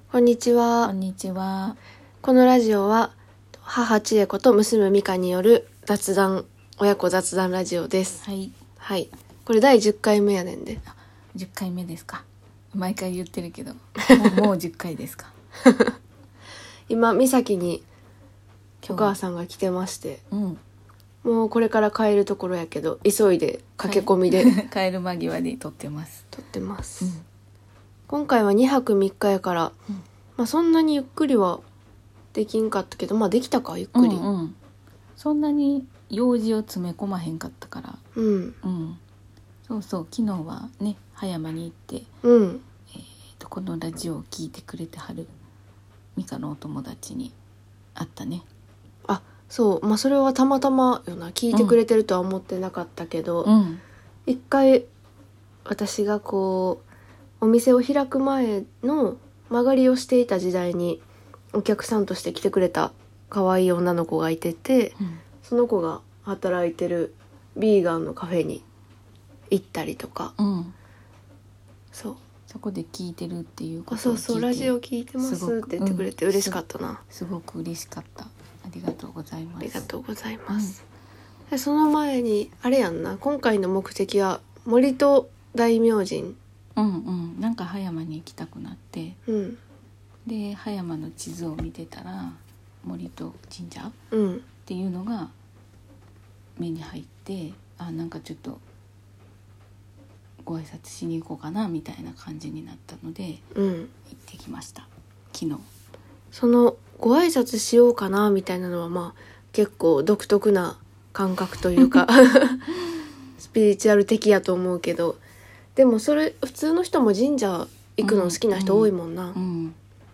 こんにちこは。 んにちは。 このラジオは母千恵子と娘美香による親子雑談ラジオです。 はい。 はい。これ第10回目やねんで。 10回目ですか。毎回言ってるけど、もう10回ですか。 今、美咲にお母さんが来てまして、 うん。 もうこれから帰るところやけど、急いで駆け込みで帰る間際に撮ってます。 撮ってます。 うん。 今回は2泊3日やから、 うんそんなにゆっくりはできんかったけど、できたか、ゆっくり。 うんうん。そんなに用事を詰め込まへんかったから。 うん。 うん。そうそう、昨日はね、葉山に行って、 うん。 このラジオを聞いてくれてはるミカのお友達に会ったね。 あ、そう。それはたまたまよな。聞いてくれてるとは思ってなかったけど、 うん一回私がお店を開く前の間借りをしていた時代にお客さんとして来てくれた可愛い女の子がいてて、 うんその子が働いてるビーガンのカフェに行ったりとか、 うん。 そうそこで聞いてるっていうこあとを聞いて、 そうラジオ聞いてますって言ってくれて嬉しかったな。 すごく嬉しかった。ありがとうございます。 ありがとうございます。でその前にあれやんな、今回の目的は森と大明神。 なんか葉山に行きたくなって、 うんで葉山の地図を見てたら森と神社っうんていうのが目に入って、なんかちょっとご挨拶しに行こうかなみたいな感じになったのでうん行ってきました、昨日。 そのご挨拶しようかなみたいなのは結構独特な感覚というかスピリチュアル的やと思うけど、でもそれ普通の人も神社行くの好きな人多いもんな。 うん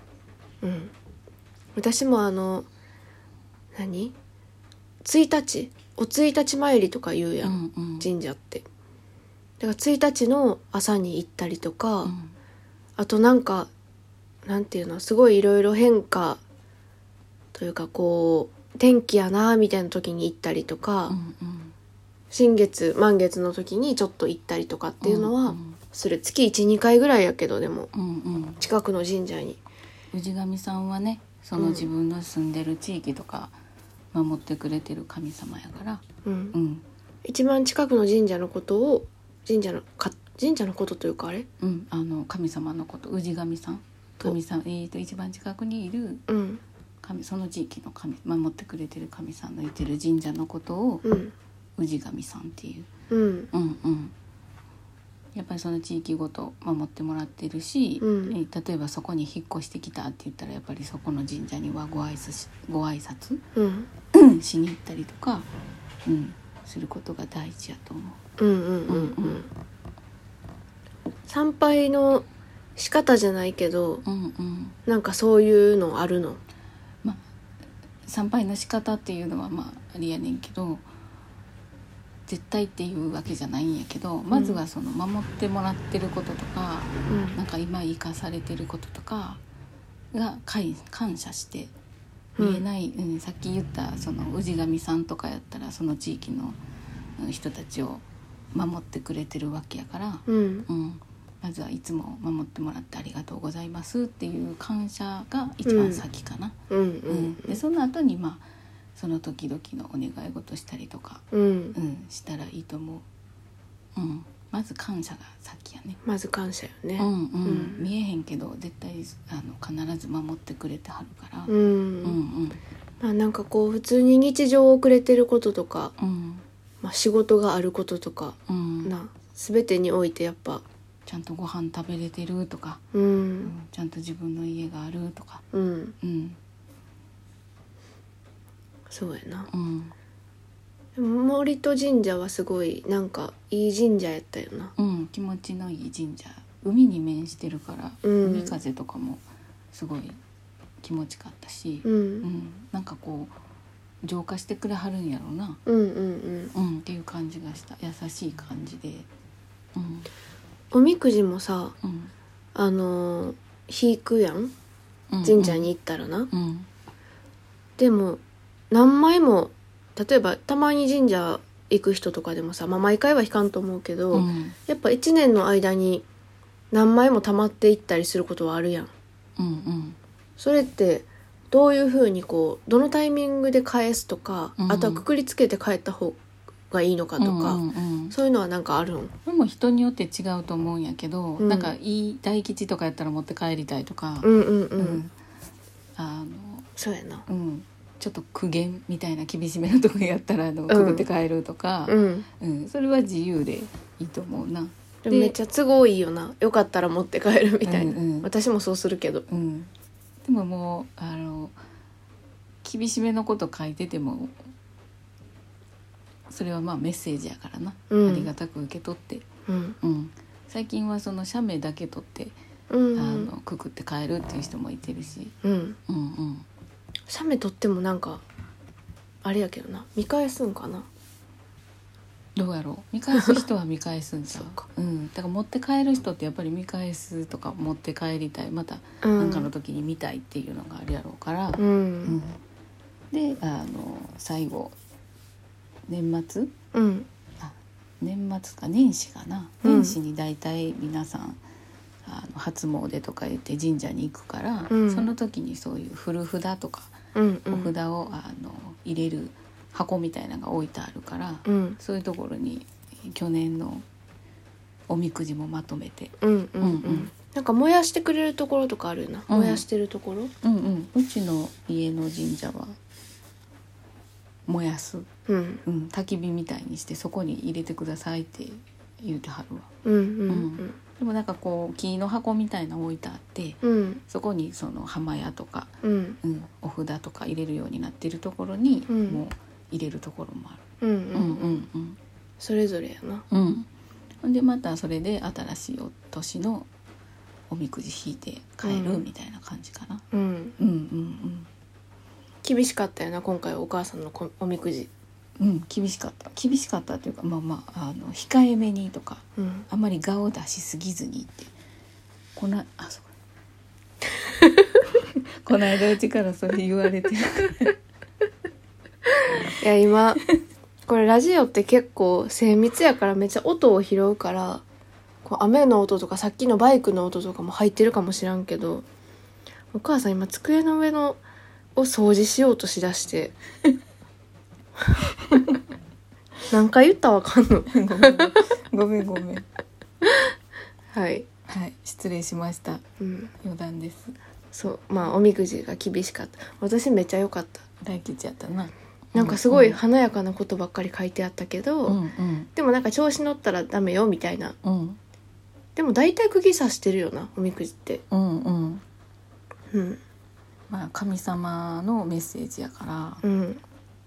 私も何お1日参りとか言うやん、神社って。だから1日の朝に行ったりとか、あとなんていうの、すごいいろいろ変化というか天気やなみたいな時に行ったりとか、新月満月の時にちょっと行ったりとかっていうのはする。月 1,2 回ぐらいやけど、でも近くの神社に。 氏神さんはね、その自分の住んでる地域とか守ってくれてる神様やから、 一番近くの神社のことを神社のことというか神様のこと、氏神さん、神さん、一番近くにいるその地域の神、守ってくれてる神さんのいてる神社のことを氏神さんっていう、やっぱりその地域ごと守ってもらってるし、例えばそこに引っ越してきたって言ったらやっぱりそこの神社にはご挨拶、しに行ったりとか、することが大事やと思う。 参拝の仕方じゃないけど、なんかそういうのあるの？ 参拝の仕方っていうのはありやねんけど、絶対っていうわけじゃないんやけど、まずはその守ってもらってることとか、なんか今生かされてることとかが感謝して見えない、さっき言ったその氏神さんとかやったらその地域の人たちを守ってくれてるわけやから、まずはいつも守ってもらってありがとうございますっていう感謝が一番先かな。でその後にその時々のお願い事したりとか、したらいいと思う。まず感謝が先やね。 まず感謝よね。 見えへんけど絶対必ず守ってくれてはるから。 なんか普通に日常を送れてることとか、仕事があることとか、全てにおいてやっぱちゃんとご飯食べれてるとか、ちゃんと自分の家があるとか、 そうやな。でも森と神社はすごいなんかいい神社やったよな。 気持ちのいい神社、海に面してるから、海風とかもすごい気持ちかったし、なんか浄化してくれはるんやろうな、っていう感じがした。優しい感じで、 おみくじもさ、引くやん、神社に行ったらな、でも何枚も、例えばたまに神社行く人とかでもさ、毎回は引かんと思うけど、やっぱ1年の間に何枚も溜まっていったりすることはあるやん。 うんうん、 それってどういうふうにこうどのタイミングで返すとか、 うん、 あとはくくりつけて帰った方がいいのかとか、 うんうんうん、 そういうのはなんかあるん？ でも人によって違うと思うんやけど、 うん、 なんかいい大吉とかやったら持って帰りたいとか、 うんうんうん、 うん、 そうやな、 うん、ちょっと苦言みたいな厳しめのとこやったらくぐって帰るとか、 うんうん、それは自由でいいと思うな。 でもめっちゃ都合いいよな、よかったら持って帰るみたいな、 うんうん、 私もそうするけど、 うん、でももう厳しめのこと書いててもそれはまあメッセージやからな、 うん、 ありがたく受け取って、 うんうん、最近はその写メだけ取って、 うん、 くくって帰るっていう人もいてるし、 うん、 うんうん、 写メ撮ってもなんかあれやけどな、見返すんかな、 どうやろう、見返す人は見返すんちゃうそうか、 うん、だから持って帰る人ってやっぱり見返すとか持って帰りたい、またうん何かの時に見たいっていうのがあるやろうから、 うんうんで最後年末、 うん年末か年始かな、 うん年始に大体皆さん初詣とか言って神社に行くから、 うんその時にそういう古札とか、 うんうん、 お札を入れる箱みたいなのが置いてあるから、 うんそういうところに去年のおみくじもまとめて、 うんうんうん、 うんうん、 なんか燃やしてくれるところとかあるよな、 うん、 燃やしてるところ、 うんうん、うちの家の神社は燃やす、 うんうん、焚き火みたいにしてそこに入れてくださいって言うてはるわ。 うんうんでもなんかこう木の箱みたいなの置いてあって、 うんそこにその浜屋とか、 うんうん、お札とか入れるようになってるところに、 うんもう入れるところもあうんうんる。うんうんうん、 それぞれやな、 うんほんでまたそれで新しいお年のおみくじ引いて帰るみたいな感じかな。 うん、 うんうん厳しかったよな今回お母さんのおみくじ、 うん、厳しかったっていうか、まあまあ控えめにとか、 うんあんまり我を出しすぎずにってそうこの間うちからそれ言われていや今これラジオって結構精密やからめっちゃ音を拾うから、こう雨の音とかさっきのバイクの音とかも入ってるかもしらんけど、お母さん今机の上のを掃除しようとしだして何回言ったらわかんのごめんはいはい失礼しました、 うん、 余談です。 そうまあおみくじが厳しかった。私めっちゃ良かった。 大吉やったな。 なんかすごい華やかなことばっかり書いてあったけど、 うんうん、 でもなんか調子乗ったらダメよみたいな、 うん、 でも大体釘刺してるよなおみくじって、 うんうんうん、 まあ神様のメッセージやから、 うん、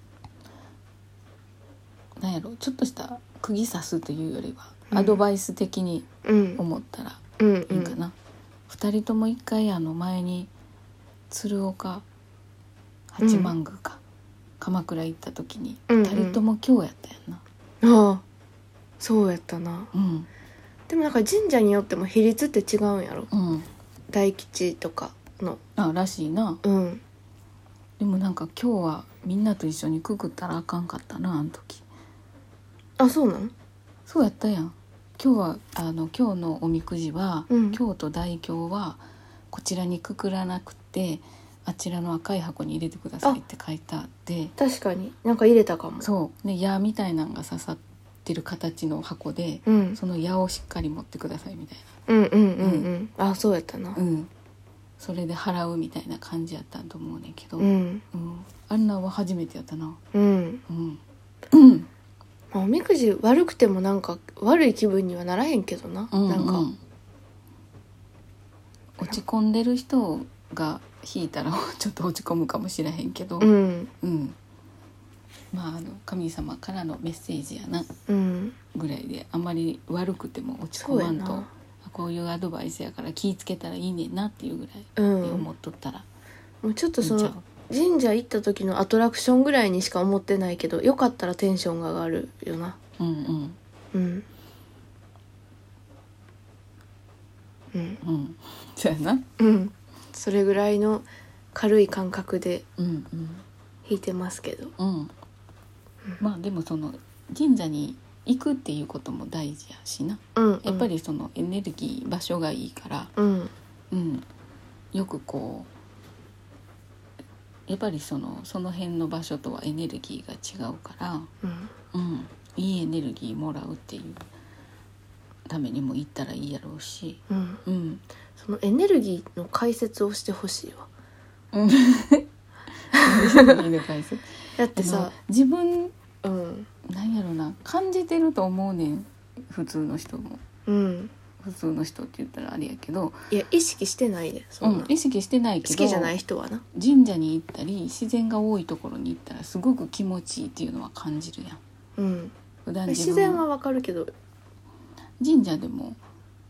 なんやろちょっとした釘刺すというよりは、アドバイス的に思ったらいいかな。2人とも一回前に鶴岡八幡宮か、鎌倉行った時に2人とも今日やったやんな。 ああそうやったな、 うん、 でもなんか神社によっても比率って違うんやろ、 うん、 大吉とかのらしいな。 うん、 でもなんか今日はみんなと一緒にくくったらあかんかったなあの時。 あそうなん？ そうやったやん。今日は今日のおみくじは、京都大凶はこちらにくくらなくてあちらの赤い箱に入れてくださいって書いてあって、 確かになんか入れたかも。 そうね、矢みたいなのが刺さってる形の箱で、その矢をしっかり持ってくださいみたいな、あそうやったな、 それで払うみたいな感じやったと思うねんけど、あんなは初めてやったな。 まあ、おみくじ悪くてもなんか悪い気分にはならへんけどな、なんか落ち込んでる人が引いたらちょっと落ち込むかもしれへんけど、まあ神様からのメッセージやな、ぐらいであんまり悪くても落ち込まんと、こういうアドバイスやから気ぃつけたらいいねんなっていうぐらいで思っとったら、 もうちょっとその神社行った時のアトラクションぐらいにしか思ってないけど、よかったらテンションが上がるよな。 そうやな。 それぐらいの軽い感覚で弾いてますけど、 まあでもその神社に行くっていうことも大事やしな、やっぱりそのエネルギー場所がいいから、 よくこうやっぱりその辺の場所とはエネルギーが違うから、いいエネルギーもらうっていうためにも行ったらいいやろうし、 そのエネルギーの解説をしてほしいわ。だってさ、 自分、なんやろな、感じてると思うねん、普通の人も。普通の人って言ったらあれやけど、 いや意識してないで、そんな、 意識してないけど、 好きじゃない人はな、 神社に行ったり自然が多いところに行ったらすごく気持ちいいっていうのは感じるやん。普段自然はわかるけど、 神社でも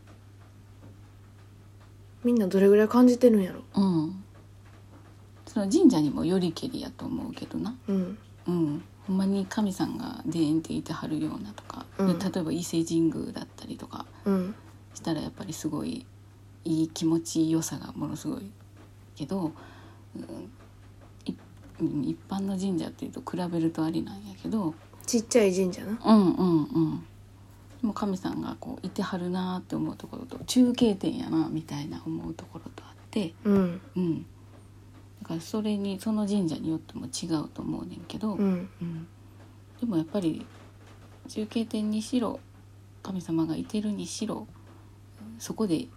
みんなどれぐらい感じてるんやろ。 その神社にもよりけりやと思うけどな。ほんまに神さんがでーんっていてはるようなとか、で例えば伊勢神宮だったりとかしたらやっぱりすごいいい気持ちよさがものすごいけど、一般の神社っていうと比べるとありなんやけど、 ちっちゃい神社な。 でも神さんがこういてはるなって思うところと、中継点やなみたいな思うところとあって、だからその神社によっても違うと思うねんけど、でもやっぱり中継点にしろ神様がいてるにしろ、そこでい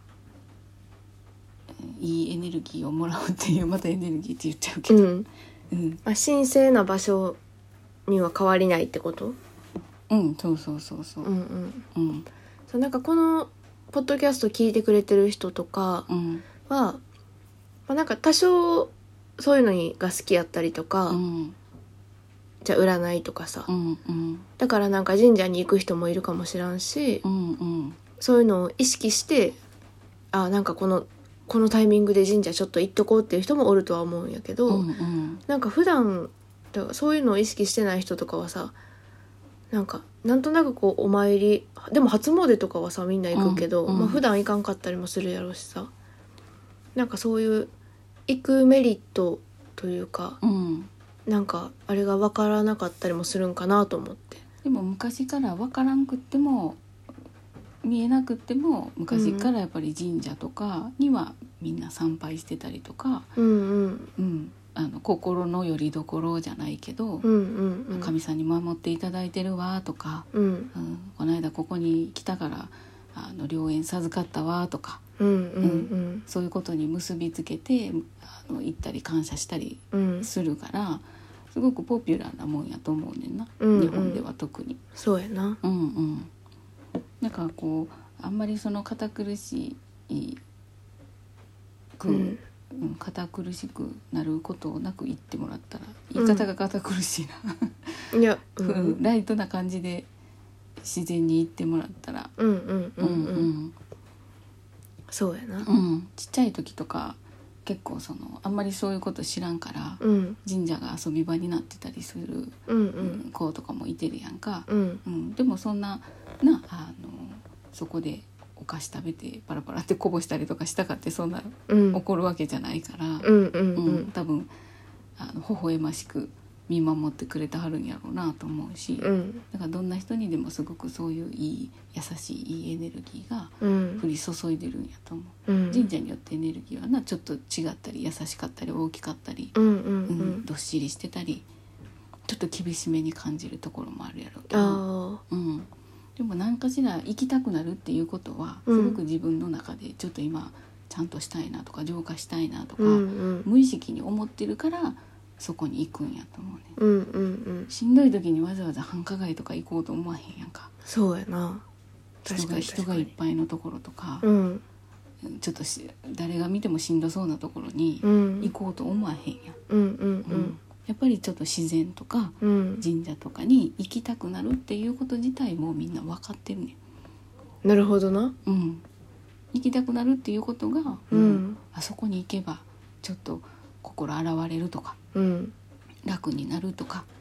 いエネルギーをもらうっていう、またエネルギーって言っちゃうけど、 神聖な場所には変わりないってこと？ そうそう。 そう、なんかこのポッドキャスト聞いてくれてる人とかは、なんか多少そういうのが好きやったりとか、じゃあ占いとかさ、だからなんか神社に行く人もいるかもしらんし、そういうのを意識して、なんかこのタイミングで神社ちょっと行っとこうっていう人もおるとは思うんやけど、なんか普段だからそういうのを意識してない人とかはさ、なんとなくこうお参りでも初詣とかはさみんな行くけど、普段行かんかったりもするやろうしさ、なんかそういう行くメリットというか、なんかあれが分からなかったりもするんかなと思って。 でも昔から分からんくっても見えなくっても、昔からやっぱり神社とかにはみんな参拝してたりとか、心の拠り所じゃないけど、神さんに守っていただいてるわとか、この間ここに来たから良縁授かったわとか、そういうことに結びつけて行ったり感謝したりするから、すごくポピュラーなもんやと思うねんな、日本では特に。 そうやな。 なんかこうあんまりその堅苦しく、堅苦しくなることなく言ってもらったら、言い方が堅苦しいな、いや、ライトな感じで自然に言ってもらったら、 そうやな。 ちっちゃい時とか結構あんまりそういうこと知らんから、神社が遊び場になってたりする、子とかもいてるやんか、でもそんなそこでお菓子食べてパラパラってこぼしたりとかしたかってそんな起こるわけじゃないから、多分微笑ましく見守ってくれてはるんやろうなと思うし、だからどんな人にでもすごくそういう優しいいいエネルギーが降り注いでるんやと思う、神社によってエネルギーはちょっと違ったり優しかったり大きかったり、どっしりしてたりちょっと厳しめに感じるところもあるやろうけど、でも何かしら行きたくなるっていうことはすごく自分の中でちょっと今ちゃんとしたいなとか浄化したいなとか、無意識に思ってるからそこに行くんやと思うね、しんどい時にわざわざ繁華街とか行こうと思わへんやんか。 そうやな。 人がいっぱいのところとか、ちょっと誰が見てもしんどそうなところに行こうと思わへんやん、やっぱりちょっと自然とか神社とかに行きたくなるっていうこと自体もみんな分かってるねん。なるほどな。 行きたくなるっていうことが、あそこに行けばちょっと心洗われるとか、楽になるとか、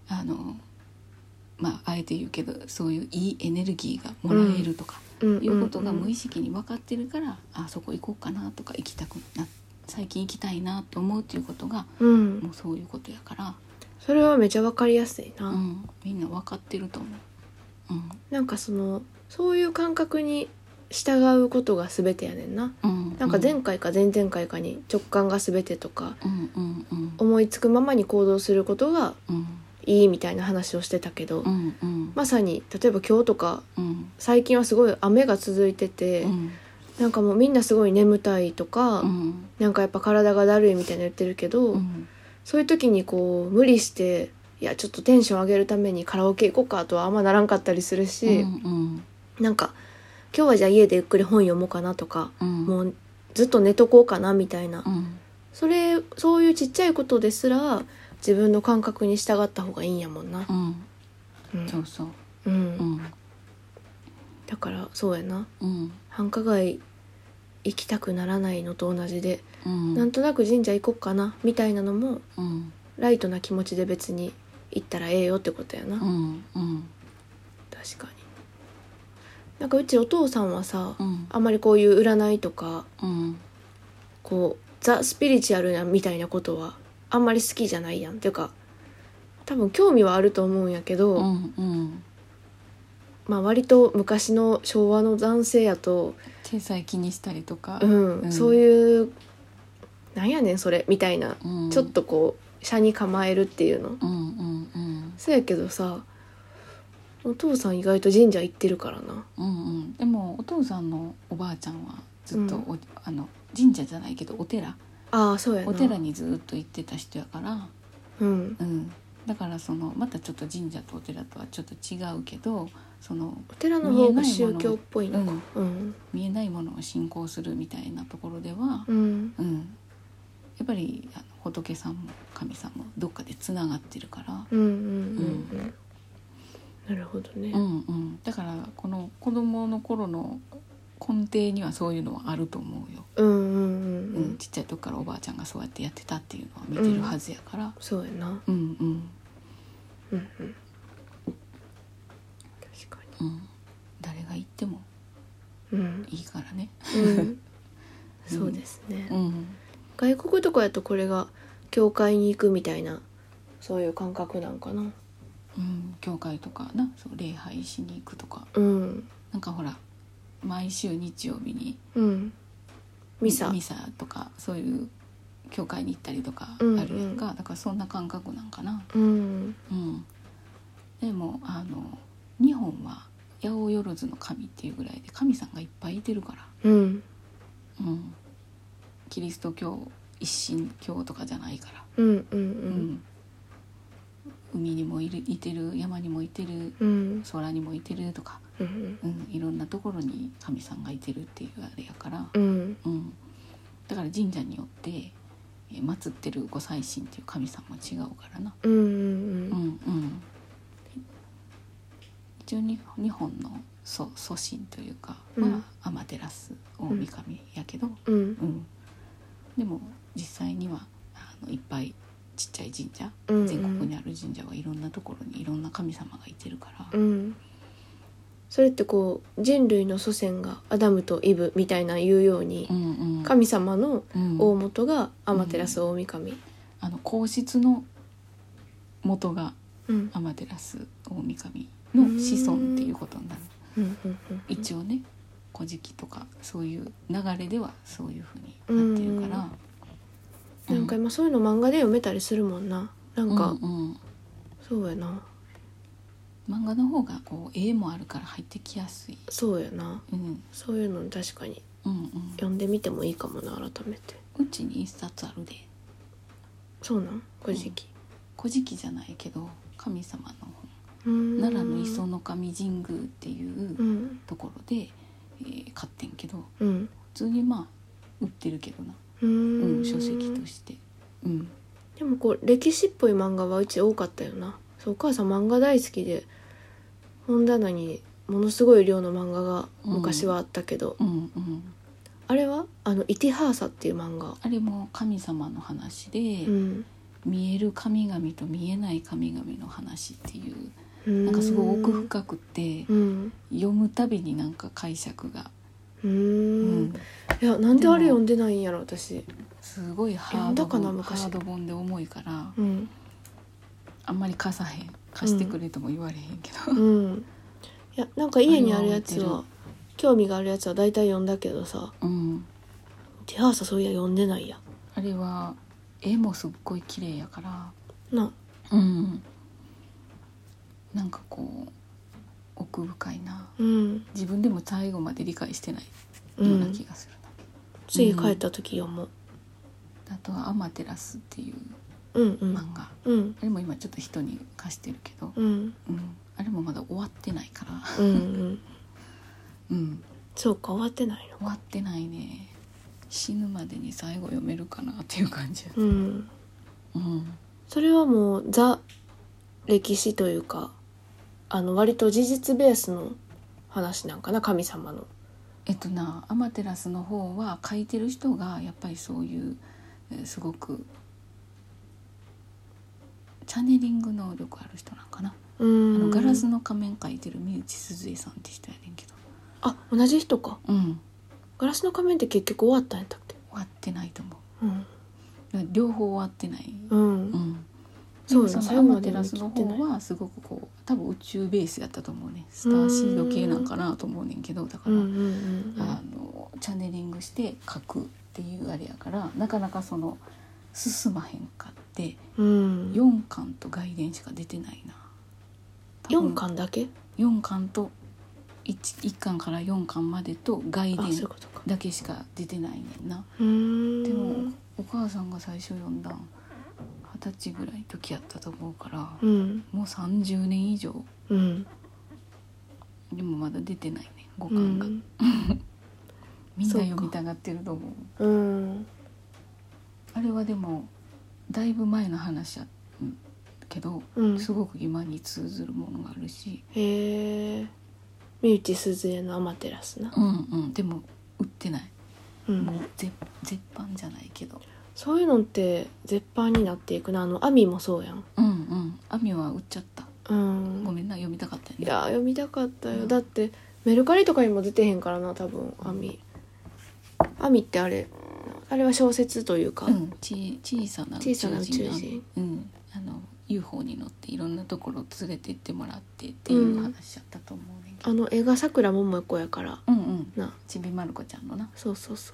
あえて言うけどそういういいエネルギーがもらえるとか、いうことが無意識に分かってるから、そこ行こうかなとか最近行きたいなと思うっていうことが、もうそういうことやから、 それはめちゃ分かりやすいな、 みんな分かってると思う、 なんかそういう感覚に従うことが全てやねんな、なんか前回か前々回かに直感が全てとか、思いつくままに行動することがいいみたいな話をしてたけど、まさに例えば今日とか、最近はすごい雨が続いてて、なんかもうみんなすごい眠たいとか、なんかやっぱ体がだるいみたいな言ってるけど、そういう時にこう無理していやちょっとテンション上げるためにカラオケ行こうかとはあんまならんかったりするし、なんか今日はじゃあ家でゆっくり本読もうかなとか、もうずっと寝とこうかなみたいな、そういうちっちゃいことですら自分の感覚に従った方がいいんやもんな。 そうそう、 だからそうやな、繁華街行きたくならないのと同じで、なんとなく神社行こっかなみたいなのも、ライトな気持ちで別に行ったらええよってことやな。確かに。なんかうちお父さんはさ、あんまりこういう占いとか、こうザ・スピリチュアルなみたいなことはあんまり好きじゃないやんっていうか、多分興味はあると思うんやけど、まあ割と昔の昭和の男性やと体裁気にしたりとか、 そういうなんやねんそれみたいな、ちょっとこう車に構えるっていうの、そうやけどさ、お父さん意外と神社行ってるからな。 でもお父さんのおばあちゃんはずっと神社じゃないけどお寺、 そうやな、 お寺にずっと行ってた人やから、だからそのまたちょっと神社とお寺とはちょっと違うけど、そのお寺の方が宗教っぽいのか、 見えないものを信仰するみたいなところでは、やっぱり仏さんも神さんもどっかでつながってるから、 なるほどね、 だからこの子供の頃の根底にはそういうのはあると思うよ、ちっちゃい時からおばあちゃんがそうやってやってたっていうのは見てるはずやから、 そうやな、確かに、 誰が行ってもいいからね、 そうですね、外国とかやとこれが教会に行くみたいなそういう感覚なんかな、 教会とかな、そう礼拝しに行くとか、なんかほら毎週日曜日に、ミサとかそういう教会に行ったりとかあるやんか、だからそんな感覚なんかな、でも日本は八百万の神っていうぐらいで神さんがいっぱいいてるから、キリスト教一神教とかじゃないから、海にもいてる、山にもいてる、空にもいてるとか、いろんなところに神さんがいてるっていうあれやから、だから神社によって祀ってる御祭神っていう神さんも違うからな、一応日本の祖神というかは天照大神やけど、でも実際にはいっぱいちっちゃい神社、全国にある神社はいろんなところにいろんな神様がいてるから、 それってこう人類の祖先がアダムとイブみたいな言うように、神様の大元が天照大神、 皇室の元が天照大神の子孫っていうことになる、一応ね、古事記とかそういう流れではそういう風になってるから、 なんか今そういうの漫画で読めたりするもんな、なんか、そうやな、 漫画の方がこう絵もあるから入ってきやすい、 そうやな、そういうの確かに読んでみてもいいかもな、改めて。 うちに一冊あるで。 そうなん、古事記、 古事記じゃないけど神様の本、奈良の磯の神神宮っていうところで、買ってんけど、普通にまあ売ってるけどな、書籍として、 でもこう歴史っぽい漫画はうち多かったよな。そう、お母さん漫画大好きで本棚にものすごい量の漫画が昔はあったけど、あれはイティハーサっていう漫画、 あれも神様の話で、見える神々と見えない神々の話っていう、なんかすごい奥深くて、読むたびになんか解釈が、 いや、なんであれ読んでないんやろ私。 すごいハード本で重いから、あんまり貸してくれとも言われへんけど、 いや、なんか家にあるやつは興味があるやつは大体読んだけどさ、 うん、 ティアーサそういや読んでないや。 あれは絵もすっごい綺麗やからな、 うん、なんかこう奥深いな、 うん、 自分でも最後まで理解してないような気がするな、 次帰った時読もう。 あとはアマテラスっていううんうん漫画、 うん、 あれも今ちょっと人に貸してるけど、 うん、 あれもまだ終わってないからうんうんうん、 そうか、終わってないの。 終わってないね。死ぬまでに最後読めるかなっていう感じ。 うん、 うん、 それはもうザ歴史というか、割と事実ベースの話なんかな、神様の。 アマテラスの方は書いてる人がやっぱりそういうすごくチャネリング能力ある人なんかな。ガラスの仮面描いてる三内鈴江さんって人やねんけど。 あ、同じ人か。 うん。 ガラスの仮面って結局終わったんやったっけ。 終わってないと思う。 うん。両方終わってない。 うん。 うん。 そうそのアマテラスの方はすごくこう多分宇宙ベースやったと思うね。スターシード系なんかなと思うねんけど、だから、チャネリングして書くっていうあれやからなかなかその進まへんかって、4巻と外伝しか出てないな。 4巻だけ ？4巻と 1巻から4巻までと外伝だけしか出てないねんな。でもお母さんが最初読んだ20歳ぐらいの時やったと思うから、もう30年以上、でもまだ出てないね、5巻が、みんな読みたがってると思う。あれはでもだいぶ前の話やけど、すごく今に通ずるものがあるし。 へえ。三内鈴江のアマテラスな。 でも売ってない、もう絶版じゃないけど。 そういうのって絶版になっていくな。アミもそうやん。 アミは売っちゃった。ごめんな、読みたかったよね。 いや読みたかったよ、だってメルカリとかにも出てへんからな、多分。アミってあれは小説というか、 小さな宇宙人、UFO に乗っていろんなところ連れて行ってもらってっていう話やったと思うねんけど、 絵がさくらももこやからな、ちびまる子ちゃんのな。 そう、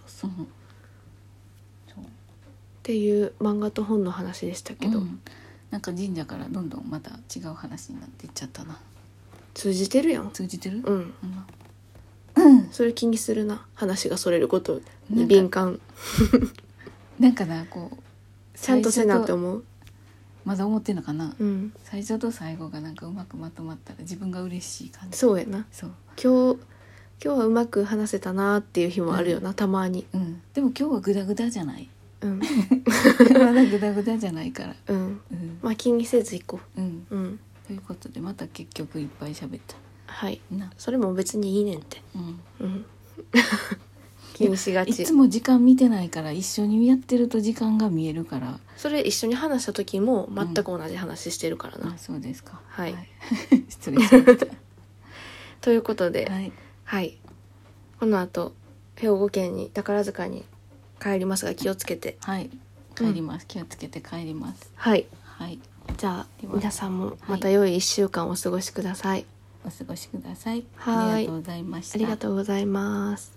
っていう漫画と本の話でしたけど、 なんか神社からどんどんまた違う話になっていっちゃったな。 通じてるやん。 通じてる？ それ気にするな、話がそれることに敏感。 なんかな、こうちゃんとせなって思う。 まだ思ってんのかな、最初と最後がなんかうまくまとまったら自分が嬉しい感じ。 そうやな。そう、今日はうまく話せたなっていう日もあるよな、たまに。 でも今日はグダグダじゃない。まだグダグダじゃないから。まあ気にせずいこう。 ということでまた結局いっぱい喋った。 はいな。それも別にいいねんって。気にしがち。 いつも時間見てないから一緒にやってると時間が見えるから。 それ一緒に話した時も全く同じ話してるからな。 そうですか。 はい。 失礼しました。 ということで、はい。この後兵庫県に宝塚に帰りますが気をつけて。 はい。帰ります。気をつけて帰ります。 はい。 はい。 じゃあ皆さんもまた良い1週間お過ごしください。 お過ごしください。 ありがとうございました。 ありがとうございます。